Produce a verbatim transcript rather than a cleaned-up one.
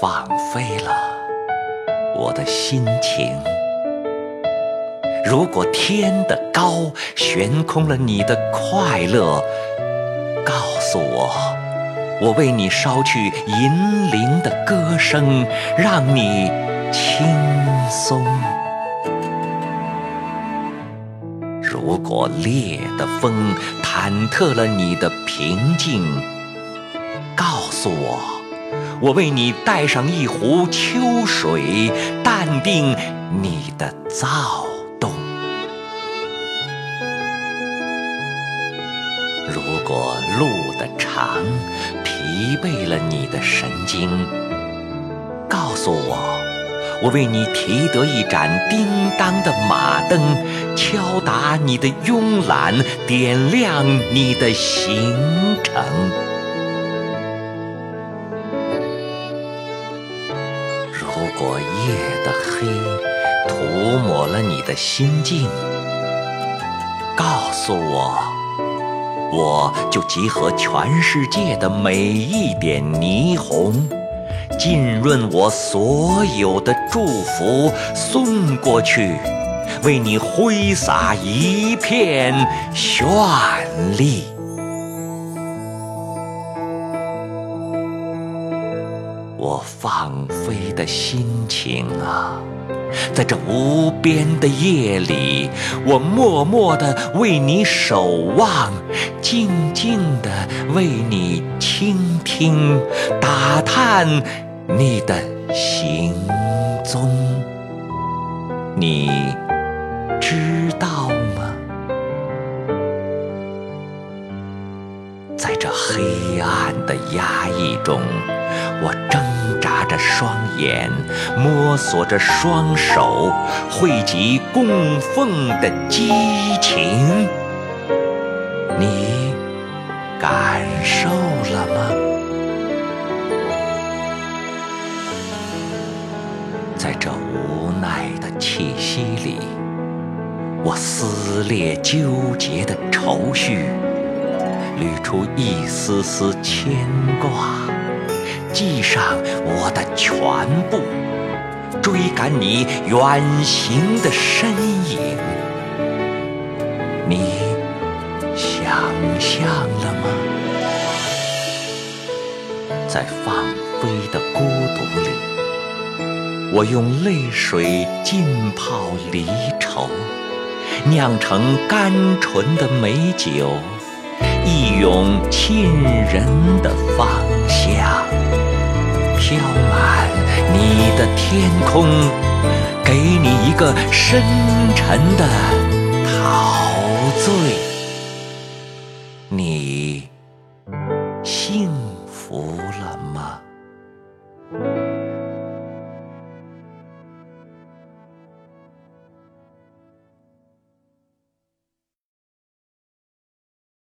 放飞了我的心情。如果天的高悬空了你的快乐，告诉我，我为你捎去银铃的歌声，让你轻松。如果烈的风忐忑了你的平静，告诉我，我为你带上一壶秋水，淡定你的躁动。如果路的长疲惫了你的神经，告诉我，我为你提得一盏叮当的马灯，敲打你的慵懒，点亮你的行程。如果夜的黑涂抹了你的心境，告诉我，我就集合全世界的每一点霓虹，浸润我所有的祝福，送过去，为你挥洒一片绚丽。我放飞的心情啊，在这无边的夜里，我默默地为你守望，静静地为你倾听，打探你的行踪。你知道吗？在这黑暗的压抑中，我挣扎着双眼，摸索着双手，汇集供奉的激情。你感受了吗？在这无奈的气息里，我撕裂纠结的愁绪，捋出一丝丝牵挂，系上我的全部，追赶你远行的身影。你想象了吗？在放飞的孤独里，我用泪水浸泡离愁，酿成甘醇的美酒，一涌沁人的芳香，飘满你的天空，给你一个深沉的陶醉。你幸福了吗？